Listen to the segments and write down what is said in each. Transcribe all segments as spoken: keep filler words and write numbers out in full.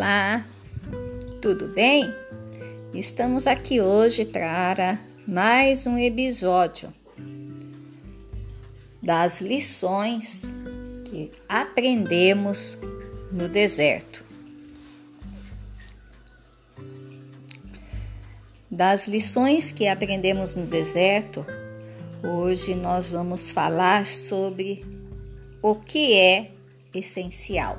Olá, tudo bem? Estamos aqui hoje para mais um episódio das lições que aprendemos no deserto. Das lições que aprendemos no deserto, hoje nós vamos falar sobre o que é essencial.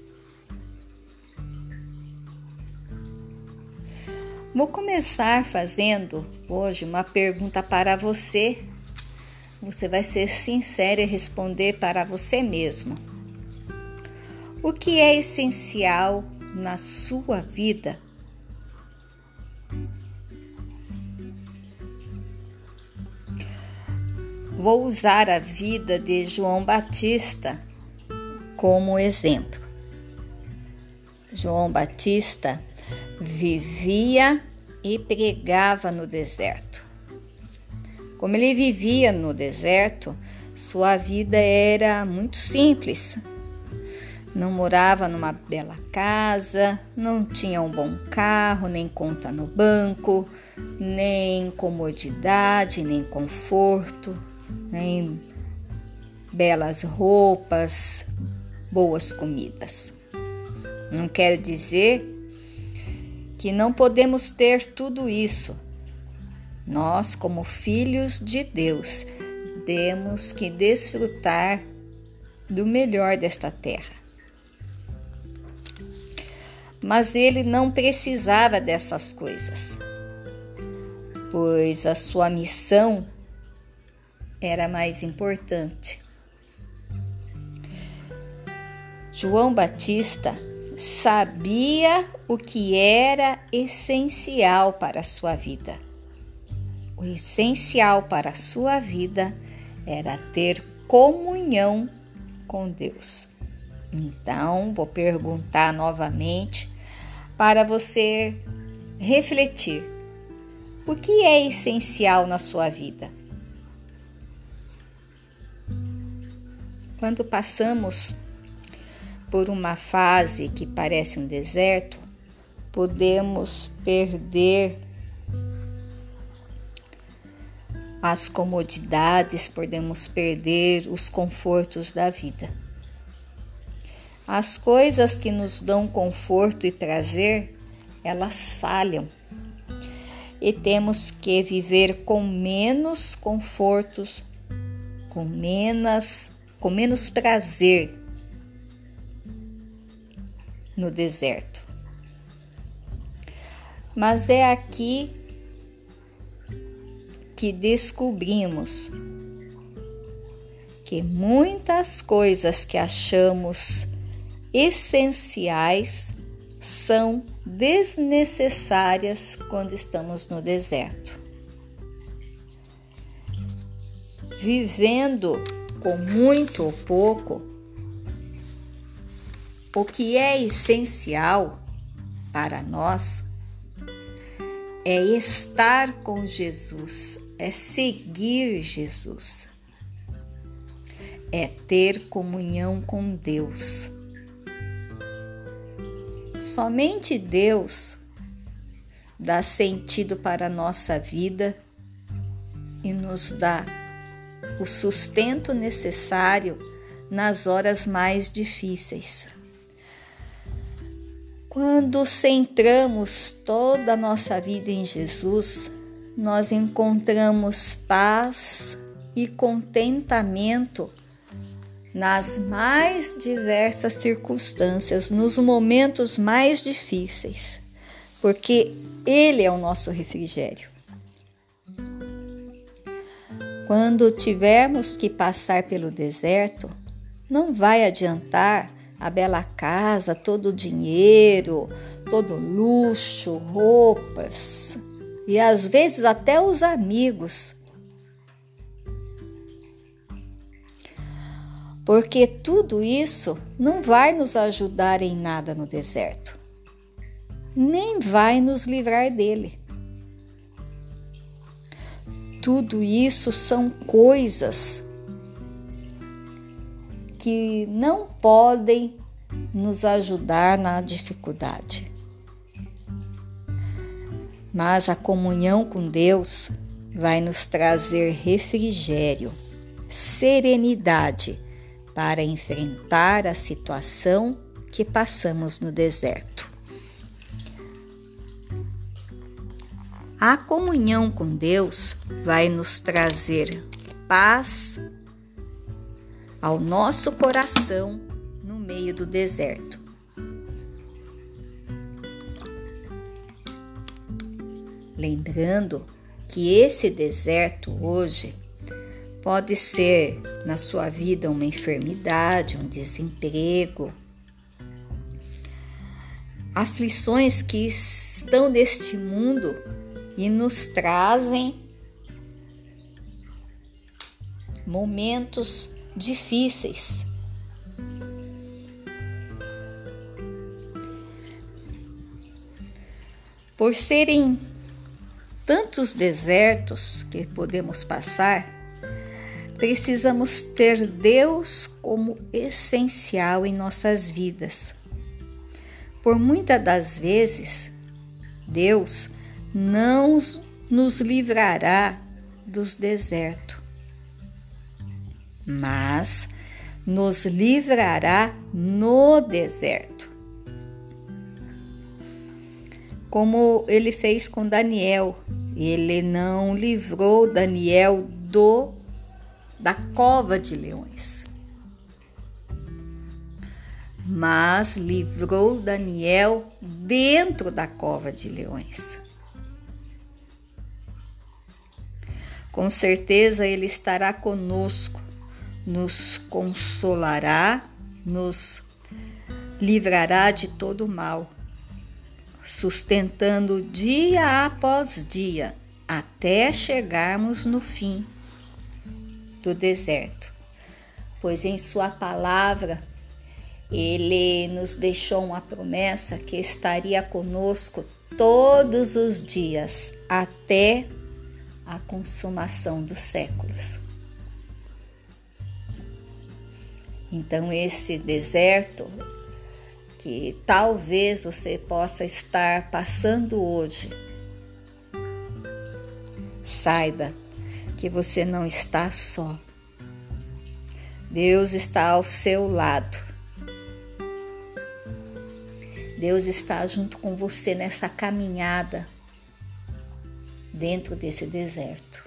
Vou começar fazendo hoje uma pergunta para você. Você vai ser sincero e responder para você mesmo. O que é essencial na sua vida? Vou usar a vida de João Batista como exemplo. João Batista vivia e pregava no deserto. Como ele vivia no deserto, sua vida era muito simples. Não morava numa bela casa, não tinha um bom carro, nem conta no banco, nem comodidade, nem conforto, nem belas roupas, boas comidas. Não quer dizer que não podemos ter tudo isso. Nós, como filhos de Deus, temos que desfrutar do melhor desta terra. Mas ele não precisava dessas coisas, pois a sua missão era mais importante. João Batista sabia o que era essencial para a sua vida. O essencial para a sua vida era ter comunhão com Deus. Então, vou perguntar novamente para você refletir. O que é essencial na sua vida? Quando passamos por uma fase que parece um deserto, podemos perder as comodidades, podemos perder os confortos da vida. As coisas que nos dão conforto e prazer, elas falham. E temos que viver com menos confortos, com menos, com menos prazer no deserto. Mas é aqui que descobrimos que muitas coisas que achamos essenciais são desnecessárias quando estamos no deserto. Vivendo com muito ou pouco, o que é essencial para nós é estar com Jesus, é seguir Jesus, é ter comunhão com Deus. Somente Deus dá sentido para a nossa vida e nos dá o sustento necessário nas horas mais difíceis. Quando centramos toda a nossa vida em Jesus, nós encontramos paz e contentamento nas mais diversas circunstâncias, nos momentos mais difíceis, porque Ele é o nosso refrigério. Quando tivermos que passar pelo deserto, não vai adiantar a bela casa, todo o dinheiro, todo o luxo, roupas e às vezes até os amigos. Porque tudo isso não vai nos ajudar em nada no deserto, nem vai nos livrar dele. Tudo isso são coisas que não podem nos ajudar na dificuldade. Mas a comunhão com Deus vai nos trazer refrigério, serenidade para enfrentar a situação que passamos no deserto. A comunhão com Deus vai nos trazer paz ao nosso coração no meio do deserto. Lembrando que esse deserto hoje pode ser na sua vida uma enfermidade, um desemprego, aflições que estão neste mundo e nos trazem momentos difíceis. Por serem tantos desertos que podemos passar, precisamos ter Deus como essencial em nossas vidas. Por muitas das vezes, Deus não nos livrará dos desertos, mas nos livrará no deserto. Como ele fez com Daniel, ele não livrou Daniel do da cova de leões, mas livrou Daniel dentro da cova de leões. Com certeza ele estará conosco, nos consolará, nos livrará de todo o mal, sustentando dia após dia, até chegarmos no fim do deserto. Pois em sua palavra, ele nos deixou uma promessa que estaria conosco todos os dias, até a consumação dos séculos. Então esse deserto que talvez você possa estar passando hoje, saiba que você não está só. Deus está ao seu lado. Deus está junto com você nessa caminhada dentro desse deserto.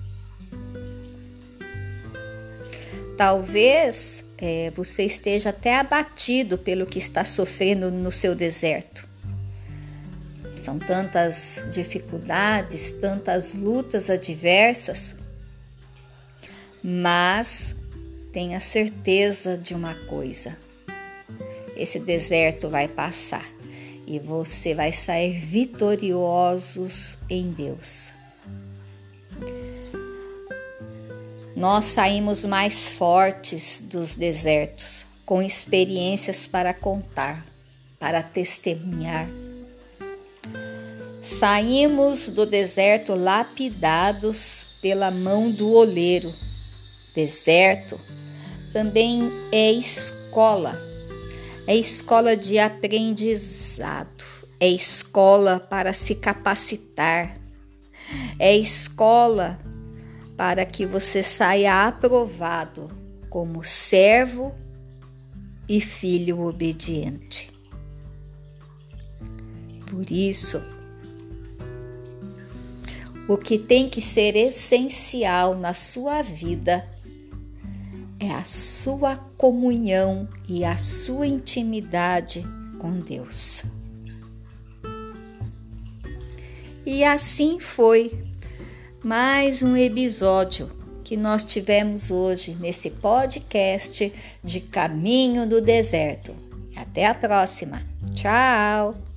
Talvez é, você esteja até abatido pelo que está sofrendo no seu deserto. São tantas dificuldades, tantas lutas adversas, mas tenha certeza de uma coisa: esse deserto vai passar e você vai sair vitoriosos em Deus. Nós saímos mais fortes dos desertos, com experiências para contar, para testemunhar. Saímos do deserto lapidados pela mão do oleiro. Deserto também é escola, é escola de aprendizado, é escola para se capacitar, é escola para que você saia aprovado como servo e filho obediente. Por isso, o que tem que ser essencial na sua vida é a sua comunhão e a sua intimidade com Deus. E assim foi mais um episódio que nós tivemos hoje nesse podcast de Caminho do Deserto. Até a próxima. Tchau!